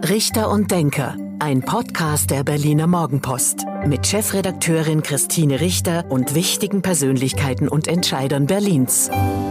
Richter und Denker, ein Podcast der Berliner Morgenpost mit Chefredakteurin Christine Richter und wichtigen Persönlichkeiten und Entscheidern Berlins.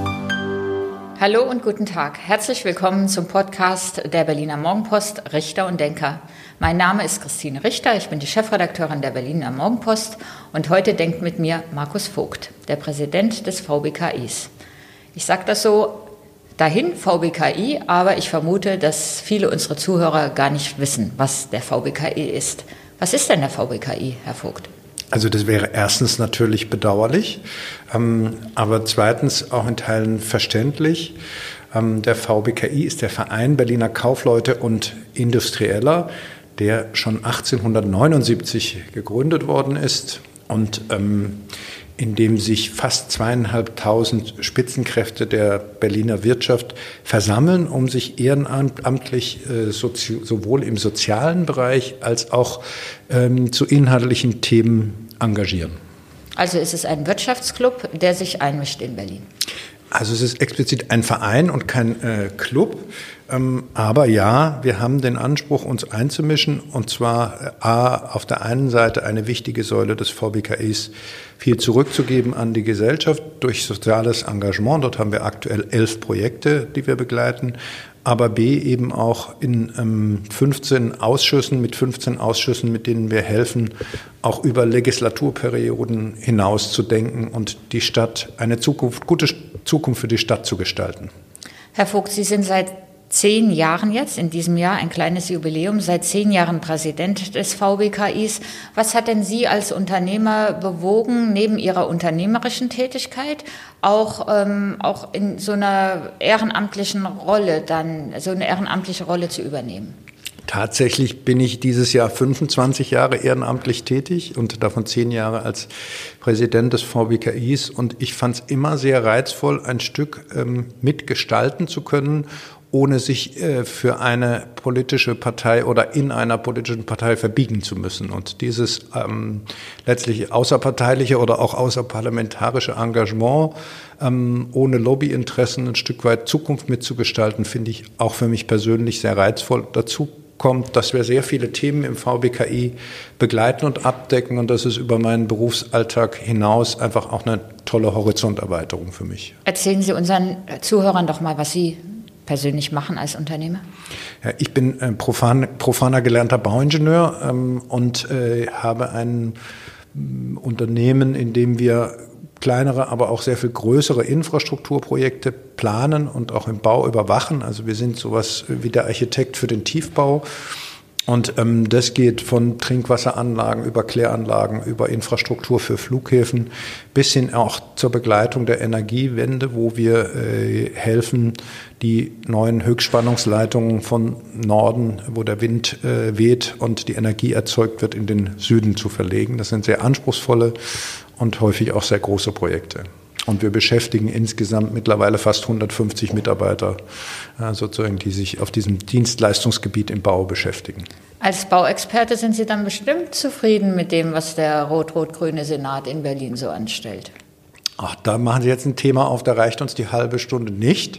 Hallo und guten Tag. Herzlich willkommen zum Podcast der Berliner Morgenpost Richter und Denker. Mein Name ist Christine Richter, ich bin die Chefredakteurin der Berliner Morgenpost und heute denkt mit mir Markus Vogt, der Präsident des VBKIs. Ich sage das so dahin, VBKI, aber ich vermute, dass viele unserer Zuhörer gar nicht wissen, was der VBKI ist. Was ist denn der VBKI, Herr Vogt? Also das wäre erstens natürlich bedauerlich, aber zweitens auch in Teilen verständlich. Der VBKI ist der Verein Berliner Kaufleute und Industrieller, der schon 1879 gegründet worden ist und in dem sich fast 2.500 Spitzenkräfte der Berliner Wirtschaft versammeln, um sich ehrenamtlich sowohl im sozialen Bereich als auch zu inhaltlichen Themen engagieren. Also ist es ein Wirtschaftsclub, der sich einmischt in Berlin? Also es ist explizit ein Verein und kein Club. Aber ja, wir haben den Anspruch, uns einzumischen, und zwar auf der einen Seite eine wichtige Säule des VBKIs, viel zurückzugeben an die Gesellschaft durch soziales Engagement. Dort haben wir aktuell 11 Projekte, die wir begleiten, aber B eben auch in 15 Ausschüssen, mit denen wir helfen, auch über Legislaturperioden hinaus zu denken und die Stadt, eine gute Zukunft für die Stadt zu gestalten. Herr Vogt, Sie sind seit 10 Jahren jetzt, in diesem Jahr ein kleines Jubiläum, seit 10 Jahren Präsident des VBKIs. Was hat denn Sie als Unternehmer bewogen, neben Ihrer unternehmerischen Tätigkeit auch in so einer ehrenamtlichen Rolle zu übernehmen? Tatsächlich bin ich dieses Jahr 25 Jahre ehrenamtlich tätig und davon 10 Jahre als Präsident des VBKIs. Und ich fand es immer sehr reizvoll, ein Stück mitgestalten zu können, ohne sich für eine politische Partei oder in einer politischen Partei verbiegen zu müssen. Und dieses letztlich außerparteiliche oder auch außerparlamentarische Engagement, ohne Lobbyinteressen ein Stück weit Zukunft mitzugestalten, finde ich auch für mich persönlich sehr reizvoll. Dazu kommt, dass wir sehr viele Themen im VBKI begleiten und abdecken, und das ist über meinen Berufsalltag hinaus einfach auch eine tolle Horizonterweiterung für mich. Erzählen Sie unseren Zuhörern doch mal, was Sie persönlich machen als Unternehmer? Ja, ich bin profaner gelernter Bauingenieur und habe ein Unternehmen, in dem wir kleinere, aber auch sehr viel größere Infrastrukturprojekte planen und auch im Bau überwachen. Also wir sind sowas wie der Architekt für den Tiefbau. Und das geht von Trinkwasseranlagen über Kläranlagen, über Infrastruktur für Flughäfen bis hin auch zur Begleitung der Energiewende, wo wir helfen, die neuen Höchstspannungsleitungen von Norden, wo der Wind weht und die Energie erzeugt wird, in den Süden zu verlegen. Das sind sehr anspruchsvolle und häufig auch sehr große Projekte. Und wir beschäftigen insgesamt mittlerweile fast 150 Mitarbeiter, sozusagen, die sich auf diesem Dienstleistungsgebiet im Bau beschäftigen. Als Bauexperte sind Sie dann bestimmt zufrieden mit dem, was der rot-rot-grüne Senat in Berlin so anstellt? Ach, da machen Sie jetzt ein Thema auf, da reicht uns die halbe Stunde nicht.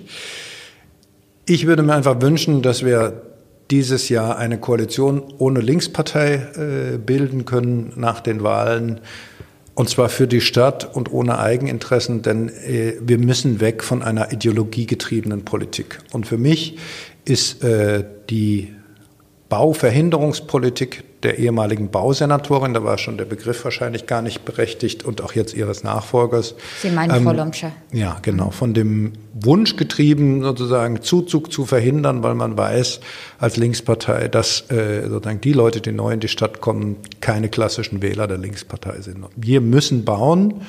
Ich würde mir einfach wünschen, dass wir dieses Jahr eine Koalition ohne Linkspartei bilden können nach den Wahlen. Und zwar für die Stadt und ohne Eigeninteressen, denn wir müssen weg von einer ideologiegetriebenen Politik. Und für mich ist die Bauverhinderungspolitik der ehemaligen Bausenatorin, da war schon der Begriff wahrscheinlich gar nicht berechtigt, und auch jetzt ihres Nachfolgers. Sie meinen Frau Lomscher? Ja, genau. Von dem Wunsch getrieben, sozusagen Zuzug zu verhindern, weil man weiß als Linkspartei, dass sozusagen die Leute, die neu in die Stadt kommen, keine klassischen Wähler der Linkspartei sind. Wir müssen bauen.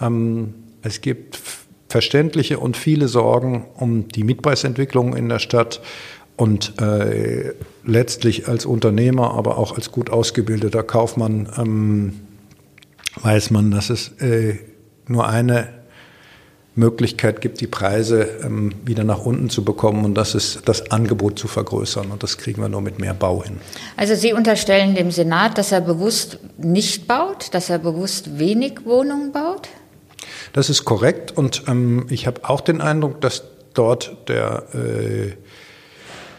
Es gibt verständliche und viele Sorgen um die Mietpreisentwicklung in der Stadt. Und letztlich als Unternehmer, aber auch als gut ausgebildeter Kaufmann weiß man, dass es nur eine Möglichkeit gibt, die Preise wieder nach unten zu bekommen, und das ist das Angebot zu vergrößern. Und das kriegen wir nur mit mehr Bau hin. Also Sie unterstellen dem Senat, dass er bewusst nicht baut, dass er bewusst wenig Wohnungen baut? Das ist korrekt, und ich habe auch den Eindruck, dass dort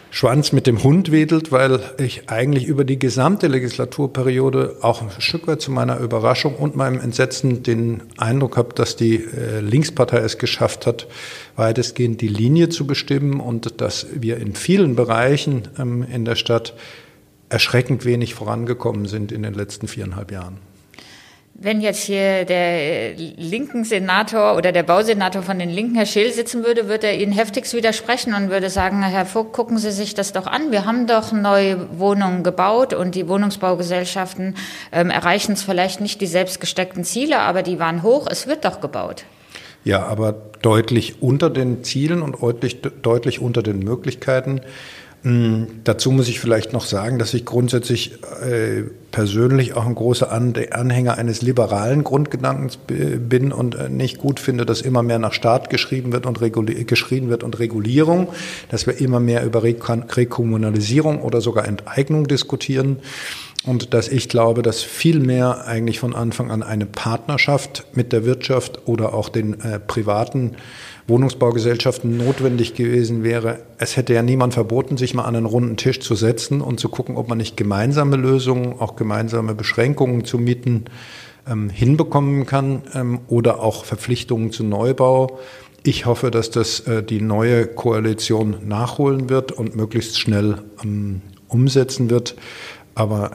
Schwanz mit dem Hund wedelt, weil ich eigentlich über die gesamte Legislaturperiode auch ein Stück weit zu meiner Überraschung und meinem Entsetzen den Eindruck habe, dass die Linkspartei es geschafft hat, weitestgehend die Linie zu bestimmen und dass wir in vielen Bereichen in der Stadt erschreckend wenig vorangekommen sind in den letzten 4,5 Jahren. Wenn jetzt hier der linken Senator oder der Bausenator von den Linken, Herr Scheel, sitzen würde, würde er Ihnen heftigst widersprechen und würde sagen, Herr Vogt, gucken Sie sich das doch an. Wir haben doch neue Wohnungen gebaut und die Wohnungsbaugesellschaften erreichen es vielleicht nicht die selbstgesteckten Ziele, aber die waren hoch. Es wird doch gebaut. Ja, aber deutlich unter den Zielen und deutlich unter den Möglichkeiten. Dazu muss ich vielleicht noch sagen, dass ich grundsätzlich persönlich auch ein großer Anhänger eines liberalen Grundgedankens bin und nicht gut finde, dass immer mehr nach Staat geschrien wird und Regulierung, dass wir immer mehr über Rekommunalisierung oder sogar Enteignung diskutieren. Und dass ich glaube, dass viel mehr eigentlich von Anfang an eine Partnerschaft mit der Wirtschaft oder auch den privaten Wohnungsbaugesellschaften notwendig gewesen wäre. Es hätte ja niemand verboten, sich mal an einen runden Tisch zu setzen und zu gucken, ob man nicht gemeinsame Lösungen, auch gemeinsame Beschränkungen zu Mieten hinbekommen kann oder auch Verpflichtungen zu Neubau. Ich hoffe, dass das die neue Koalition nachholen wird und möglichst schnell umsetzen wird. Aber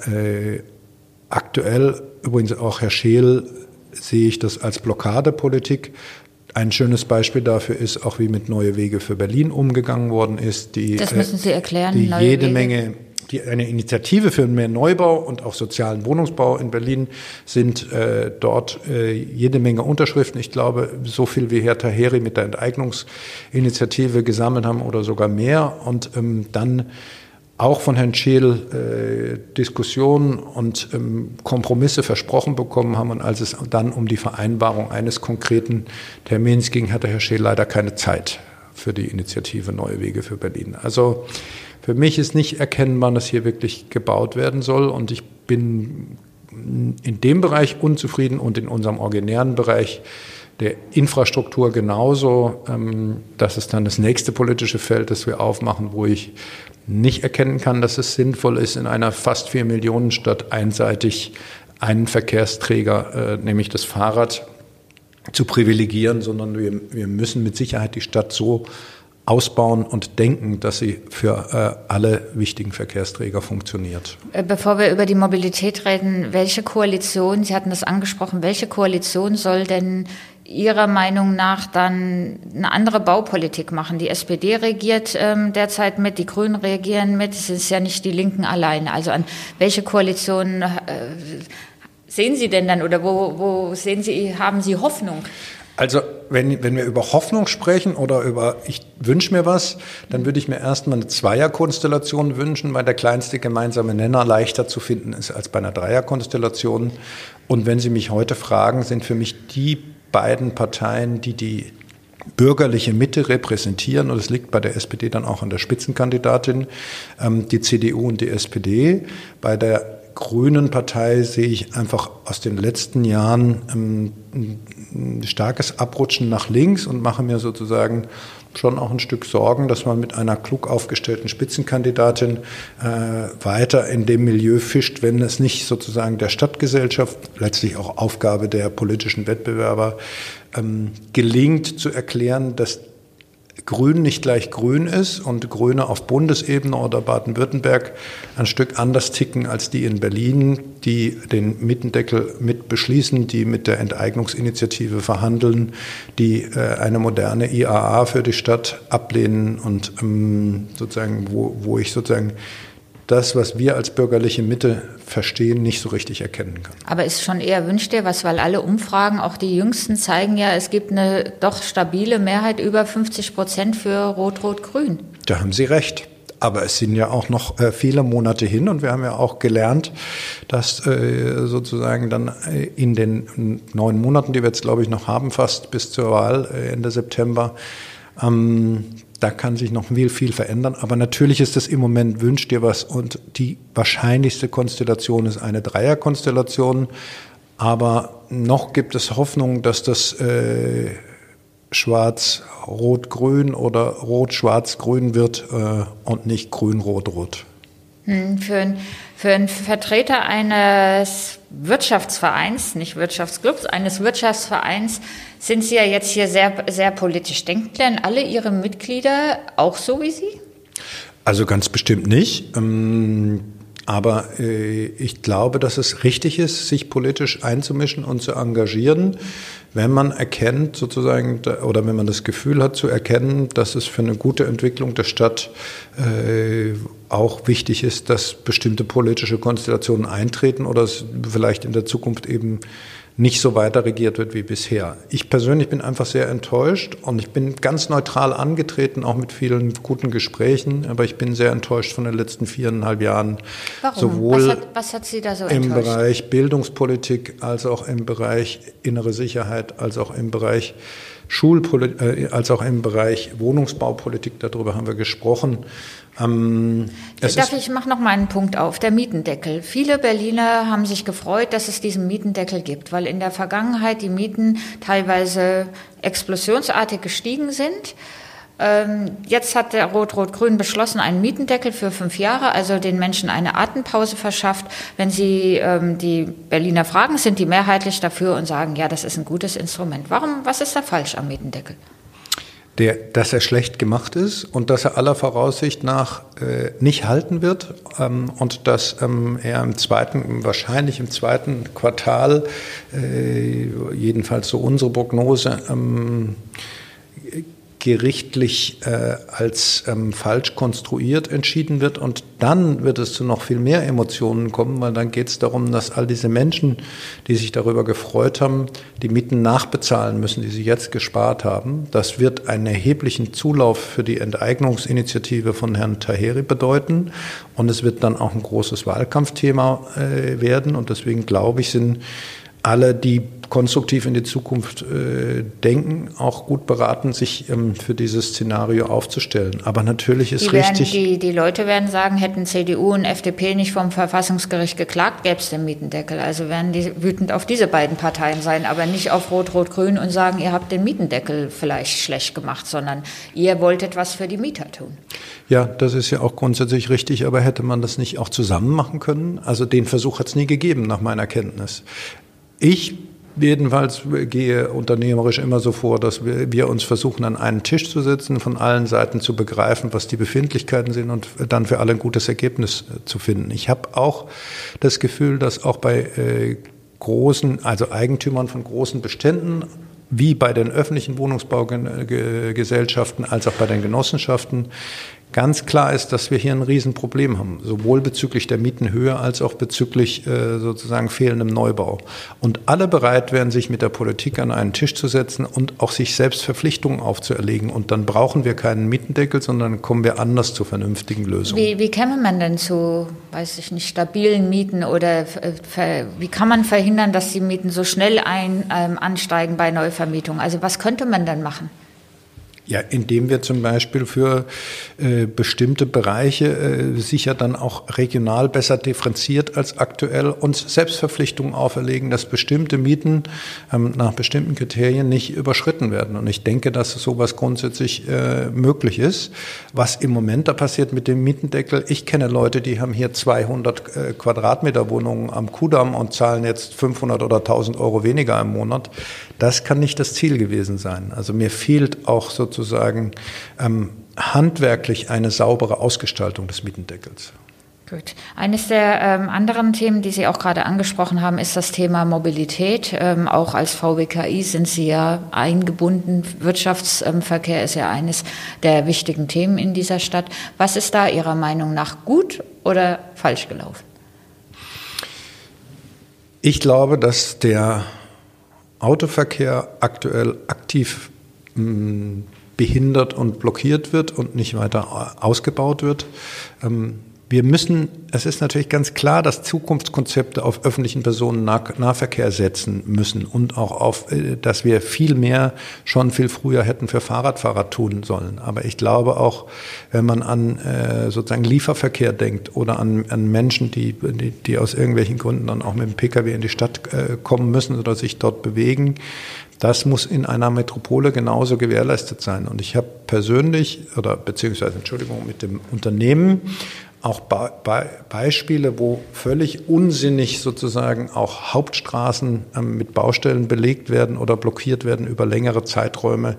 aktuell, übrigens auch Herr Scheel, sehe ich das als Blockadepolitik. Ein schönes Beispiel dafür ist auch, wie mit Neue Wege für Berlin umgegangen worden ist. Das müssen Sie erklären. Eine Initiative für mehr Neubau und auch sozialen Wohnungsbau in Berlin sind dort jede Menge Unterschriften. Ich glaube, so viel wie Herr Taheri mit der Enteignungsinitiative gesammelt haben oder sogar mehr. Und dann auch von Herrn Scheel Diskussionen und Kompromisse versprochen bekommen haben. Und als es dann um die Vereinbarung eines konkreten Termins ging, hatte Herr Scheel leider keine Zeit für die Initiative Neue Wege für Berlin. Also für mich ist nicht erkennbar, dass hier wirklich gebaut werden soll. Und ich bin in dem Bereich unzufrieden und in unserem originären Bereich der Infrastruktur genauso. Das ist dann das nächste politische Feld, das wir aufmachen, wo ich nicht erkennen kann, dass es sinnvoll ist, in einer fast 4 Millionen Stadt einseitig einen Verkehrsträger, nämlich das Fahrrad, zu privilegieren, sondern wir müssen mit Sicherheit die Stadt so ausbauen und denken, dass sie für alle wichtigen Verkehrsträger funktioniert. Bevor wir über die Mobilität reden, welche Koalition, Sie hatten das angesprochen, welche Koalition soll denn Ihrer Meinung nach dann eine andere Baupolitik machen? Die SPD regiert derzeit mit, die Grünen regieren mit, es ist ja nicht die Linken allein. Also an welche Koalition sehen Sie denn dann oder wo sehen Sie, haben Sie Hoffnung? Also wenn wir über Hoffnung sprechen oder über ich wünsche mir was, dann würde ich mir erstmal eine Zweierkonstellation wünschen, weil der kleinste gemeinsame Nenner leichter zu finden ist als bei einer Dreierkonstellation. Und wenn Sie mich heute fragen, sind für mich die beiden Parteien, die bürgerliche Mitte repräsentieren, und es liegt bei der SPD dann auch an der Spitzenkandidatin, die CDU und die SPD. Bei der Grünen Partei sehe ich einfach aus den letzten Jahren ein starkes Abrutschen nach links und mache mir sozusagen schon auch ein Stück Sorgen, dass man mit einer klug aufgestellten Spitzenkandidatin weiter in dem Milieu fischt, wenn es nicht sozusagen der Stadtgesellschaft, letztlich auch Aufgabe der politischen Wettbewerber, gelingt zu erklären, dass Grün nicht gleich Grün ist und Grüne auf Bundesebene oder Baden-Württemberg ein Stück anders ticken als die in Berlin, die den Mietendeckel mit beschließen, die mit der Enteignungsinitiative verhandeln, die eine moderne IAA für die Stadt ablehnen und sozusagen, wo ich sozusagen das, was wir als bürgerliche Mitte verstehen, nicht so richtig erkennen kann. Aber ist schon eher wünscht dir was, weil alle Umfragen, auch die jüngsten, zeigen ja, es gibt eine doch stabile Mehrheit, über 50% für Rot-Rot-Grün. Da haben Sie recht. Aber es sind ja auch noch viele Monate hin und wir haben ja auch gelernt, dass sozusagen dann in den 9 Monaten, die wir jetzt, glaube ich, noch haben, fast bis zur Wahl Ende September, da kann sich noch viel verändern. Aber natürlich ist das im Moment wünscht dir was und die wahrscheinlichste Konstellation ist eine Dreierkonstellation. Aber noch gibt es Hoffnung, dass das schwarz-rot-grün oder rot-schwarz-grün wird und nicht grün-rot-rot. Für einen Vertreter eines Wirtschaftsvereins, nicht Wirtschaftsclubs, eines Wirtschaftsvereins sind Sie ja jetzt hier sehr, sehr politisch. Denken denn alle Ihre Mitglieder auch so wie Sie? Also ganz bestimmt nicht. Aber ich glaube, dass es richtig ist, sich politisch einzumischen und zu engagieren, wenn man erkennt sozusagen, oder wenn man das Gefühl hat zu erkennen, dass es für eine gute Entwicklung der Stadt auch wichtig ist, dass bestimmte politische Konstellationen eintreten oder es vielleicht in der Zukunft eben nicht so weiter regiert wird wie bisher. Ich persönlich bin einfach sehr enttäuscht und ich bin ganz neutral angetreten, auch mit vielen guten Gesprächen, aber ich bin sehr enttäuscht von den letzten 4,5 Jahren. Warum? Sowohl was hat Sie da so im enttäuscht? Bereich Bildungspolitik als auch im Bereich innere Sicherheit, als auch im Bereich als auch im Bereich Wohnungsbaupolitik, darüber haben wir gesprochen. Ich mache noch mal einen Punkt auf, der Mietendeckel. Viele Berliner haben sich gefreut, dass es diesen Mietendeckel gibt, weil in der Vergangenheit die Mieten teilweise explosionsartig gestiegen sind. Jetzt hat der Rot-Rot-Grün beschlossen, einen Mietendeckel für 5 Jahre, also den Menschen eine Atempause verschafft. Wenn Sie die Berliner fragen, sind die mehrheitlich dafür und sagen, ja, das ist ein gutes Instrument. Was ist da falsch am Mietendeckel? Dass er schlecht gemacht ist und dass er aller Voraussicht nach nicht halten wird und dass er wahrscheinlich im zweiten Quartal, jedenfalls so unsere Prognose, gerichtlich als falsch konstruiert entschieden wird und dann wird es zu noch viel mehr Emotionen kommen, weil dann geht es darum, dass all diese Menschen, die sich darüber gefreut haben, die Mieten nachbezahlen müssen, die sie jetzt gespart haben. Das wird einen erheblichen Zulauf für die Enteignungsinitiative von Herrn Taheri bedeuten und es wird dann auch ein großes Wahlkampfthema werden und deswegen glaube ich, sind alle, die konstruktiv in die Zukunft denken, auch gut beraten, sich für dieses Szenario aufzustellen. Aber natürlich ist richtig... Die Leute werden sagen, hätten CDU und FDP nicht vom Verfassungsgericht geklagt, gäbe es den Mietendeckel. Also werden die wütend auf diese beiden Parteien sein, aber nicht auf Rot-Rot-Grün und sagen, ihr habt den Mietendeckel vielleicht schlecht gemacht, sondern ihr wolltet was für die Mieter tun. Ja, das ist ja auch grundsätzlich richtig, aber hätte man das nicht auch zusammen machen können? Also den Versuch hat es nie gegeben, nach meiner Kenntnis. Ich jedenfalls gehe unternehmerisch immer so vor, dass wir uns versuchen, an einen Tisch zu setzen, von allen Seiten zu begreifen, was die Befindlichkeiten sind und dann für alle ein gutes Ergebnis zu finden. Ich habe auch das Gefühl, dass auch bei also Eigentümern von großen Beständen, wie bei den öffentlichen Wohnungsbaugesellschaften als auch bei den Genossenschaften, ganz klar ist, dass wir hier ein Riesenproblem haben, sowohl bezüglich der Mietenhöhe als auch bezüglich sozusagen fehlendem Neubau. Und alle bereit wären, sich mit der Politik an einen Tisch zu setzen und auch sich selbst Verpflichtungen aufzuerlegen. Und dann brauchen wir keinen Mietendeckel, sondern kommen wir anders zu vernünftigen Lösungen. Wie käme man denn zu, weiß ich nicht, stabilen Mieten oder wie kann man verhindern, dass die Mieten so schnell ansteigen bei Neuvermietung? Also was könnte man denn machen? Ja, indem wir zum Beispiel für bestimmte Bereiche sicher dann auch regional besser differenziert als aktuell uns Selbstverpflichtungen auferlegen, dass bestimmte Mieten nach bestimmten Kriterien nicht überschritten werden. Und ich denke, dass sowas grundsätzlich möglich ist. Was im Moment da passiert mit dem Mietendeckel, ich kenne Leute, die haben hier 200 Quadratmeter Wohnungen am Kudamm und zahlen jetzt 500 oder 1000 Euro weniger im Monat. Das kann nicht das Ziel gewesen sein. Also mir fehlt auch sozusagen handwerklich eine saubere Ausgestaltung des Mietendeckels. Gut. Eines der anderen Themen, die Sie auch gerade angesprochen haben, ist das Thema Mobilität. Auch als VBKI sind Sie ja eingebunden. Wirtschaftsverkehr ist ja eines der wichtigen Themen in dieser Stadt. Was ist da Ihrer Meinung nach gut oder falsch gelaufen? Ich glaube, dass der Autoverkehr aktuell aktiv behindert und blockiert wird und nicht weiter ausgebaut wird. es ist natürlich ganz klar, dass Zukunftskonzepte auf öffentlichen Personennahverkehr setzen müssen und auch auf, dass wir viel mehr schon viel früher hätten für Fahrradfahrer tun sollen. Aber ich glaube auch, wenn man an sozusagen Lieferverkehr denkt oder an Menschen, die aus irgendwelchen Gründen dann auch mit dem Pkw in die Stadt kommen müssen oder sich dort bewegen, das muss in einer Metropole genauso gewährleistet sein. Und ich habe persönlich mit dem Unternehmen auch Beispiele, wo völlig unsinnig sozusagen auch Hauptstraßen mit Baustellen belegt werden oder blockiert werden über längere Zeiträume.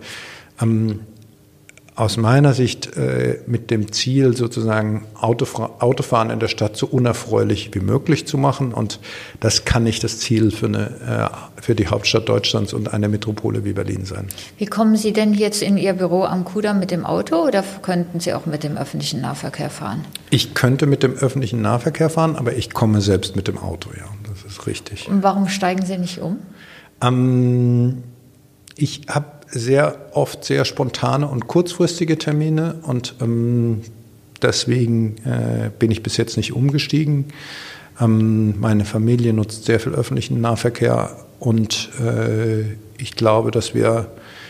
Aus meiner Sicht mit dem Ziel, sozusagen Autofahren in der Stadt so unerfreulich wie möglich zu machen. Und das kann nicht das Ziel für die Hauptstadt Deutschlands und eine Metropole wie Berlin sein. Wie kommen Sie denn jetzt in Ihr Büro am Kudamm mit dem Auto oder könnten Sie auch mit dem öffentlichen Nahverkehr fahren? Ich könnte mit dem öffentlichen Nahverkehr fahren, aber ich komme selbst mit dem Auto, ja, das ist richtig. Und warum steigen Sie nicht um? Ich habe sehr oft sehr spontane und kurzfristige Termine und deswegen bin ich bis jetzt nicht umgestiegen. Meine Familie nutzt sehr viel öffentlichen Nahverkehr und ich glaube, dass wir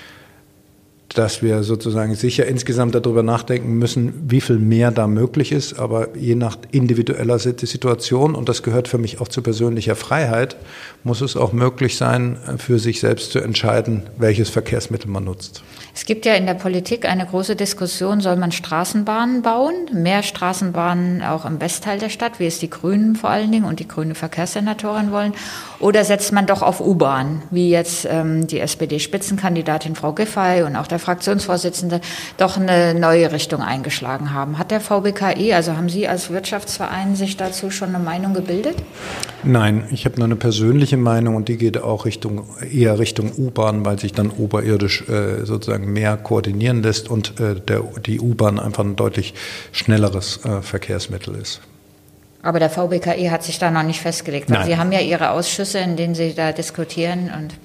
sozusagen sicher insgesamt darüber nachdenken müssen, wie viel mehr da möglich ist, aber je nach individueller Situation, und das gehört für mich auch zu persönlicher Freiheit, muss es auch möglich sein, für sich selbst zu entscheiden, welches Verkehrsmittel man nutzt. Es gibt ja in der Politik eine große Diskussion, soll man Straßenbahnen bauen, mehr Straßenbahnen auch im Westteil der Stadt, wie es die Grünen vor allen Dingen und die grüne Verkehrssenatorin wollen, oder setzt man doch auf U-Bahn, wie jetzt die SPD-Spitzenkandidatin Frau Giffey und auch der Fraktionsvorsitzende doch eine neue Richtung eingeschlagen haben. Hat der VBKI, also haben Sie als Wirtschaftsverein sich dazu schon eine Meinung gebildet? Nein, ich habe nur eine persönliche Meinung und die geht auch eher Richtung U-Bahn, weil sich dann oberirdisch sozusagen mehr koordinieren lässt und die U-Bahn einfach ein deutlich schnelleres Verkehrsmittel ist. Aber der VBKI hat sich da noch nicht festgelegt, weil Nein. Sie haben ja Ihre Ausschüsse, in denen Sie da diskutieren. Und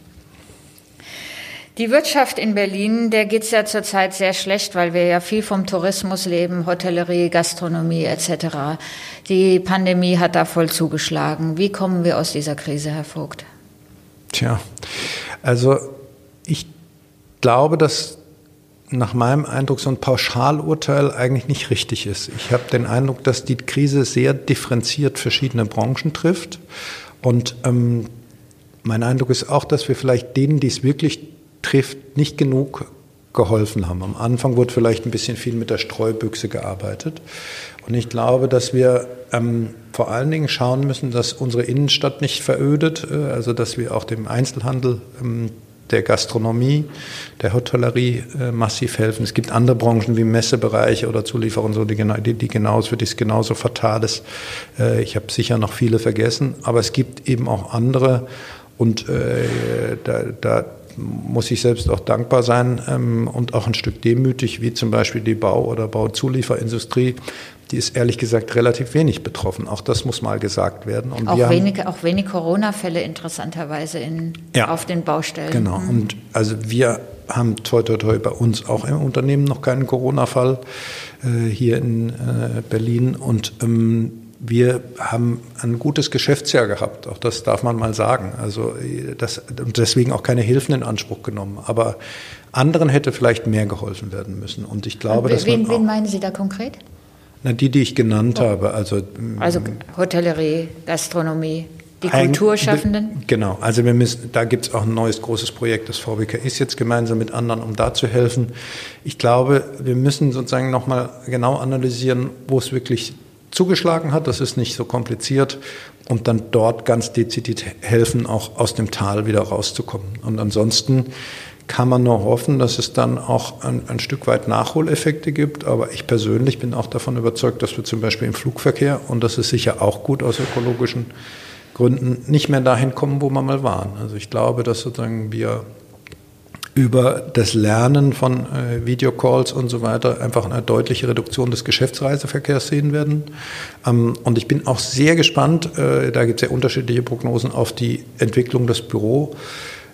die Wirtschaft in Berlin, der geht es ja zurzeit sehr schlecht, weil wir ja viel vom Tourismus leben, Hotellerie, Gastronomie etc. Die Pandemie hat da voll zugeschlagen. Wie kommen wir aus dieser Krise, Herr Vogt? Tja, also ich glaube, dass nach meinem Eindruck so ein Pauschalurteil eigentlich nicht richtig ist. Ich habe den Eindruck, dass die Krise sehr differenziert verschiedene Branchen trifft. Und mein Eindruck ist auch, dass wir vielleicht denen, die es wirklich trifft, nicht genug geholfen haben. Am Anfang wurde vielleicht ein bisschen viel mit der Streubüchse gearbeitet. Und ich glaube, dass wir vor allen Dingen schauen müssen, dass unsere Innenstadt nicht verödet, also dass wir auch dem Einzelhandel, der Gastronomie, der Hotellerie massiv helfen. Es gibt andere Branchen wie Messebereiche oder Zulieferer und so, für die es genauso fatal ist. Ich habe sicher noch viele vergessen, aber es gibt eben auch andere und da muss ich selbst auch dankbar sein und auch ein Stück demütig, wie zum Beispiel die Bau- oder Bauzulieferindustrie. Die ist ehrlich gesagt relativ wenig betroffen. Auch das muss mal gesagt werden. Und auch wenig Corona-Fälle interessanterweise auf den Baustellen. Genau. Und also wir haben toi toi toi bei uns auch im Unternehmen noch keinen Corona-Fall hier in Berlin. Und wir haben ein gutes Geschäftsjahr gehabt. Auch das darf man mal sagen. Also und deswegen auch keine Hilfen in Anspruch genommen. Aber anderen hätte vielleicht mehr geholfen werden müssen. Und ich glaube, wen meinen Sie da konkret? Na, die ich genannt habe. Also Hotellerie, Gastronomie, die Kulturschaffenden? Genau, also da gibt es auch ein neues großes Projekt, das VBK ist jetzt gemeinsam mit anderen, um da zu helfen. Ich glaube, wir müssen sozusagen nochmal genau analysieren, wo es wirklich zugeschlagen hat. Das ist nicht so kompliziert. Und dann dort ganz dezidiert helfen, auch aus dem Tal wieder rauszukommen. Und ansonsten kann man nur hoffen, dass es dann auch ein Stück weit Nachholeffekte gibt. Aber ich persönlich bin auch davon überzeugt, dass wir zum Beispiel im Flugverkehr, und das ist sicher auch gut aus ökologischen Gründen, nicht mehr dahin kommen, wo wir mal waren. Also ich glaube, dass sozusagen wir über das Lernen von Videocalls und so weiter einfach eine deutliche Reduktion des Geschäftsreiseverkehrs sehen werden. Und ich bin auch sehr gespannt, da gibt es ja unterschiedliche Prognosen, auf die Entwicklung des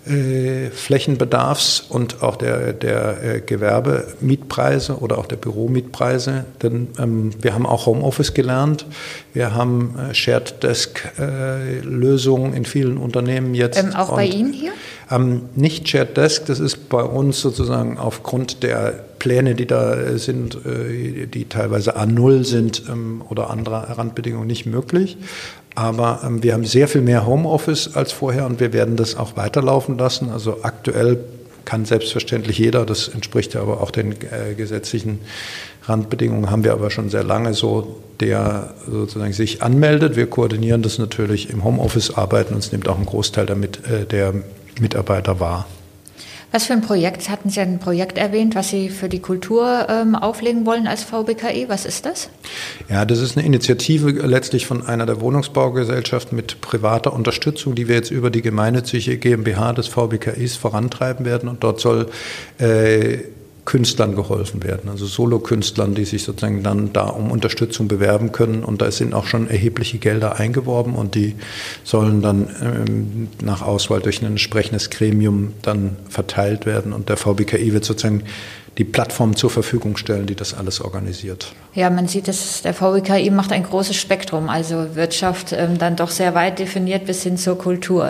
Flächenbedarfs und auch der Gewerbemietpreise oder auch der Büromietpreise. Denn wir haben auch Homeoffice gelernt. Wir haben Shared Desk Lösungen in vielen Unternehmen jetzt. Auch bei Ihnen hier? Nicht Shared Desk, das ist bei uns sozusagen aufgrund der Pläne, die da sind, die teilweise A0 sind oder andere Randbedingungen nicht möglich. Aber wir haben sehr viel mehr Homeoffice als vorher und wir werden das auch weiterlaufen lassen. Also aktuell kann selbstverständlich jeder, das entspricht ja aber auch den gesetzlichen Randbedingungen, haben wir aber schon sehr lange so, der sozusagen sich anmeldet. Wir koordinieren das natürlich im Homeoffice, arbeiten und es nimmt auch einen Großteil der Mitarbeiter wahr. Was für ein Projekt? Hatten Sie ein Projekt erwähnt, was Sie für die Kultur auflegen wollen als VBKI? Was ist das? Ja, das ist eine Initiative letztlich von einer der Wohnungsbaugesellschaften mit privater Unterstützung, die wir jetzt über die gemeinnützige GmbH des VBKIs vorantreiben werden. Und dort soll Künstlern geholfen werden, also Solokünstlern, die sich sozusagen dann da um Unterstützung bewerben können. Und da sind auch schon erhebliche Gelder eingeworben und die sollen dann nach Auswahl durch ein entsprechendes Gremium dann verteilt werden. Und der VBKI wird sozusagen die Plattform zur Verfügung stellen, die das alles organisiert. Ja, man sieht, dass der VBKI macht ein großes Spektrum, also Wirtschaft dann doch sehr weit definiert bis hin zur Kultur.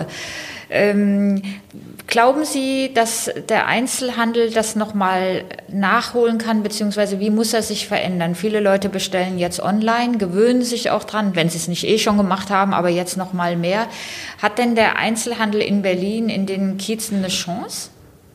Glauben Sie, dass der Einzelhandel das nochmal nachholen kann, beziehungsweise wie muss er sich verändern? Viele Leute bestellen jetzt online, gewöhnen sich auch dran, wenn sie es nicht schon gemacht haben, aber jetzt nochmal mehr. Hat denn der Einzelhandel in Berlin in den Kiezen eine Chance?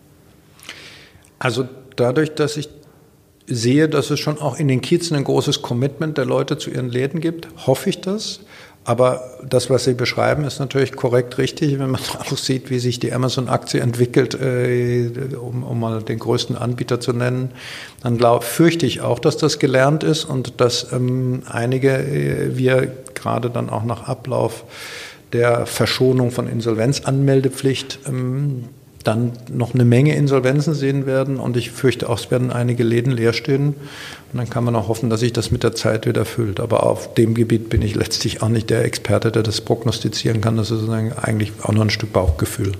Also dadurch, dass ich sehe, dass es schon auch in den Kiezen ein großes Commitment der Leute zu ihren Läden gibt, hoffe ich das. Aber das, was Sie beschreiben, ist natürlich korrekt richtig. Wenn man auch sieht, wie sich die Amazon-Aktie entwickelt, um mal den größten Anbieter zu nennen, dann fürchte ich auch, dass das gelernt ist und dass einige, wir gerade dann auch nach Ablauf der Verschonung von Insolvenzanmeldepflicht dann noch eine Menge Insolvenzen sehen werden und ich fürchte auch, es werden einige Läden leer stehen und dann kann man auch hoffen, dass sich das mit der Zeit wieder füllt. Aber auf dem Gebiet bin ich letztlich auch nicht der Experte, der das prognostizieren kann. Das ist sozusagen eigentlich auch noch ein Stück Bauchgefühl.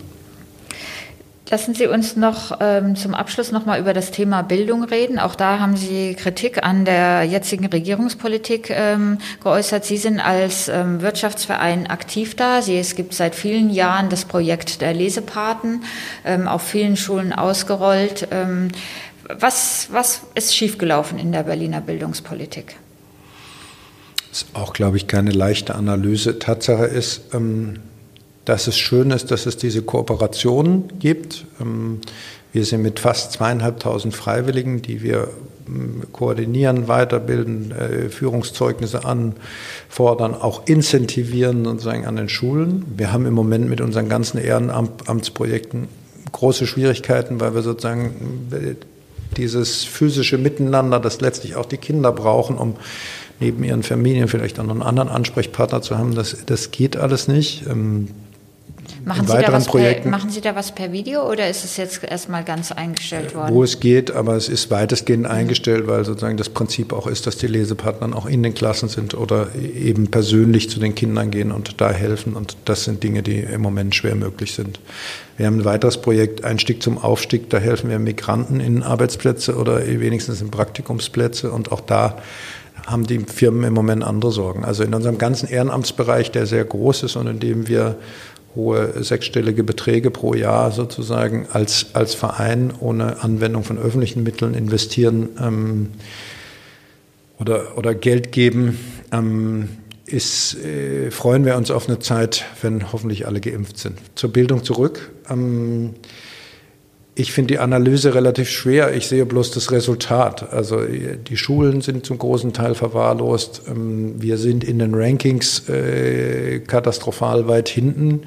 Lassen Sie uns noch zum Abschluss noch mal über das Thema Bildung reden. Auch da haben Sie Kritik an der jetzigen Regierungspolitik geäußert. Sie sind als Wirtschaftsverein aktiv da. Es gibt seit vielen Jahren das Projekt der Lesepaten, auf vielen Schulen ausgerollt. Was ist schiefgelaufen in der Berliner Bildungspolitik? Das ist auch, glaube ich, keine leichte Analyse. Tatsache ist, dass es schön ist, dass es diese Kooperationen gibt. Wir sind mit fast 2.500 Freiwilligen, die wir koordinieren, weiterbilden, Führungszeugnisse anfordern, auch incentivieren sozusagen an den Schulen. Wir haben im Moment mit unseren ganzen Ehrenamtsprojekten große Schwierigkeiten, weil wir sozusagen dieses physische Miteinander, das letztlich auch die Kinder brauchen, um neben ihren Familien vielleicht auch noch einen anderen Ansprechpartner zu haben, das geht alles nicht. Machen Sie da was per Video oder ist es jetzt erstmal ganz eingestellt worden? Wo es geht, aber es ist weitestgehend eingestellt, weil sozusagen das Prinzip auch ist, dass die Lesepartner auch in den Klassen sind oder eben persönlich zu den Kindern gehen und da helfen. Und das sind Dinge, die im Moment schwer möglich sind. Wir haben ein weiteres Projekt, Einstieg zum Aufstieg, da helfen wir Migranten in Arbeitsplätze oder wenigstens in Praktikumsplätze und auch da haben die Firmen im Moment andere Sorgen. Also in unserem ganzen Ehrenamtsbereich, der sehr groß ist und in dem wir hohe sechsstellige Beträge pro Jahr sozusagen als Verein ohne Anwendung von öffentlichen Mitteln investieren oder Geld geben, freuen wir uns auf eine Zeit, wenn hoffentlich alle geimpft sind. Zur Bildung zurück. Ich finde die Analyse relativ schwer. Ich sehe bloß das Resultat. Also die Schulen sind zum großen Teil verwahrlost. Wir sind in den Rankings katastrophal weit hinten.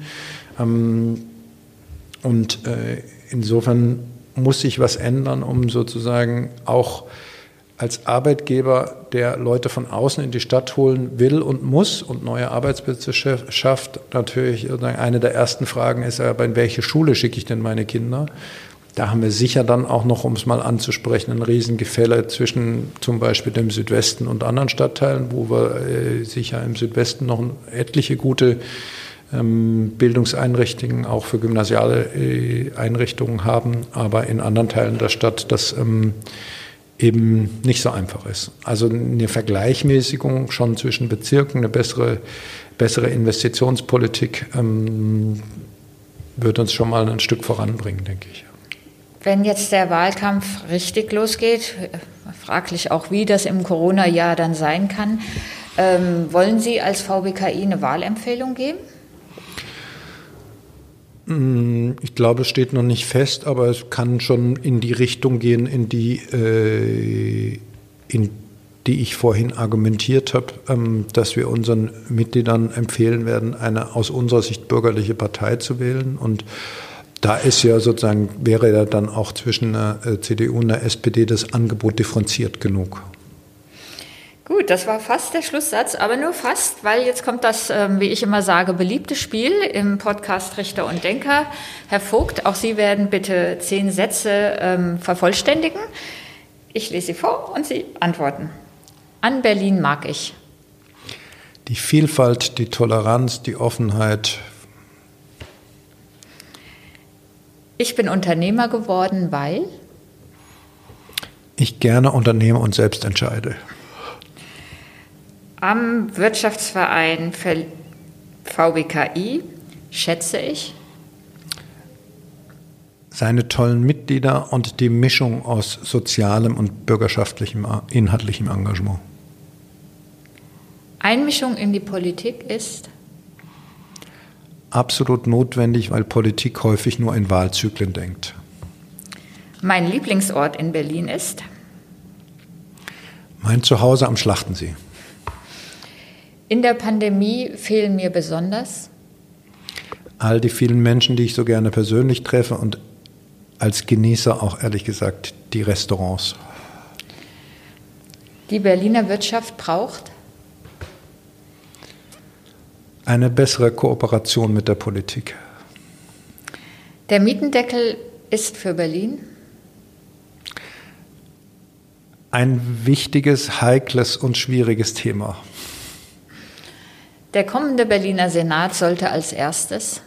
Und insofern muss sich was ändern, um sozusagen auch als Arbeitgeber, der Leute von außen in die Stadt holen will und muss und neue Arbeitsplätze schafft, natürlich eine der ersten Fragen ist, aber in welche Schule schicke ich denn meine Kinder? Da haben wir sicher dann auch noch, um es mal anzusprechen, ein Riesengefälle zwischen zum Beispiel dem Südwesten und anderen Stadtteilen, wo wir sicher im Südwesten noch etliche gute Bildungseinrichtungen auch für gymnasiale Einrichtungen haben, aber in anderen Teilen der Stadt das eben nicht so einfach ist. Also eine Vergleichmäßigung schon zwischen Bezirken, eine bessere Investitionspolitik wird uns schon mal ein Stück voranbringen, denke ich. Wenn jetzt der Wahlkampf richtig losgeht, fraglich auch, wie das im Corona-Jahr dann sein kann, wollen Sie als VBKI eine Wahlempfehlung geben? Ich glaube, es steht noch nicht fest, aber es kann schon in die Richtung gehen, in die ich vorhin argumentiert habe, dass wir unseren Mitgliedern empfehlen werden, eine aus unserer Sicht bürgerliche Partei zu wählen. Und da ist ja sozusagen, wäre ja dann auch zwischen der CDU und der SPD das Angebot differenziert genug. Gut, das war fast der Schlusssatz, aber nur fast, weil jetzt kommt das, wie ich immer sage, beliebte Spiel im Podcast Richter und Denker. Herr Vogt, auch Sie werden bitte 10 Sätze vervollständigen. Ich lese sie vor und Sie antworten. An Berlin mag ich. Die Vielfalt, die Toleranz, die Offenheit. Ich bin Unternehmer geworden, weil ich gerne unternehme und selbst entscheide. Am Wirtschaftsverein für VBKI schätze ich seine tollen Mitglieder und die Mischung aus sozialem und bürgerschaftlichem, inhaltlichem Engagement. Einmischung in die Politik ist absolut notwendig, weil Politik häufig nur in Wahlzyklen denkt. Mein Lieblingsort in Berlin ist mein Zuhause am Schlachtensee. In der Pandemie fehlen mir besonders all die vielen Menschen, die ich so gerne persönlich treffe und als Genießer auch ehrlich gesagt die Restaurants. Die Berliner Wirtschaft braucht eine bessere Kooperation mit der Politik. Der Mietendeckel ist für Berlin ein wichtiges, heikles und schwieriges Thema. Der kommende Berliner Senat sollte als erstes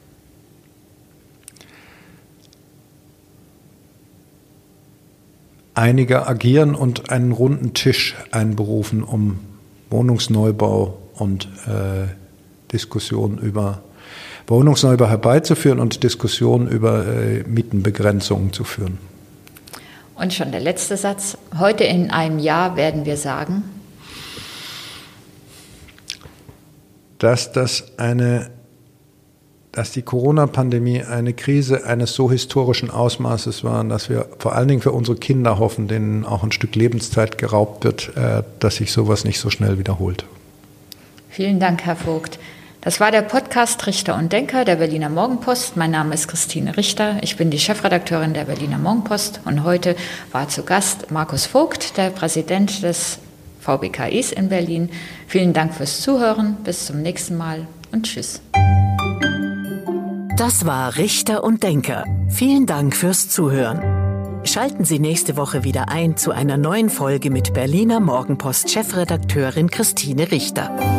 einige agieren und einen runden Tisch einberufen, um Wohnungsneubau und Diskussionen über Wohnungsneubau herbeizuführen und Diskussionen über Mietenbegrenzungen zu führen. Und schon der letzte Satz. Heute in einem Jahr werden wir sagen, dass die Corona-Pandemie eine Krise eines so historischen Ausmaßes war, dass wir vor allen Dingen für unsere Kinder hoffen, denen auch ein Stück Lebenszeit geraubt wird, dass sich sowas nicht so schnell wiederholt. Vielen Dank, Herr Vogt. Das war der Podcast Richter und Denker der Berliner Morgenpost. Mein Name ist Christine Richter. Ich bin die Chefredakteurin der Berliner Morgenpost und heute war zu Gast Markus Vogt, der Präsident des VBKIs in Berlin. Vielen Dank fürs Zuhören. Bis zum nächsten Mal und tschüss. Das war Richter und Denker. Vielen Dank fürs Zuhören. Schalten Sie nächste Woche wieder ein zu einer neuen Folge mit Berliner Morgenpost-Chefredakteurin Christine Richter.